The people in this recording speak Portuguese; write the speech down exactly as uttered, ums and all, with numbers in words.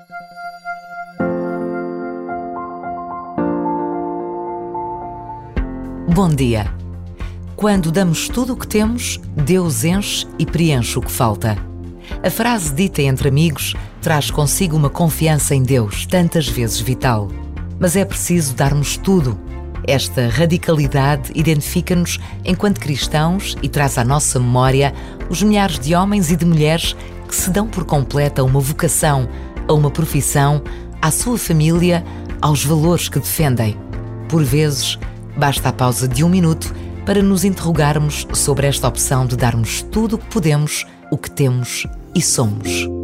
Bom dia. Quando damos tudo o que temos, Deus enche e preenche o que falta. A frase dita entre amigos traz consigo uma confiança em Deus, tantas vezes vital. Mas é preciso darmos tudo. Esta radicalidade identifica-nos enquanto cristãos e traz à nossa memória os milhares de homens e de mulheres que se dão por completa a uma vocação, a uma profissão, à sua família, aos valores que defendem. Por vezes, basta a pausa de um minuto para nos interrogarmos sobre esta opção de darmos tudo o que podemos, o que temos e somos.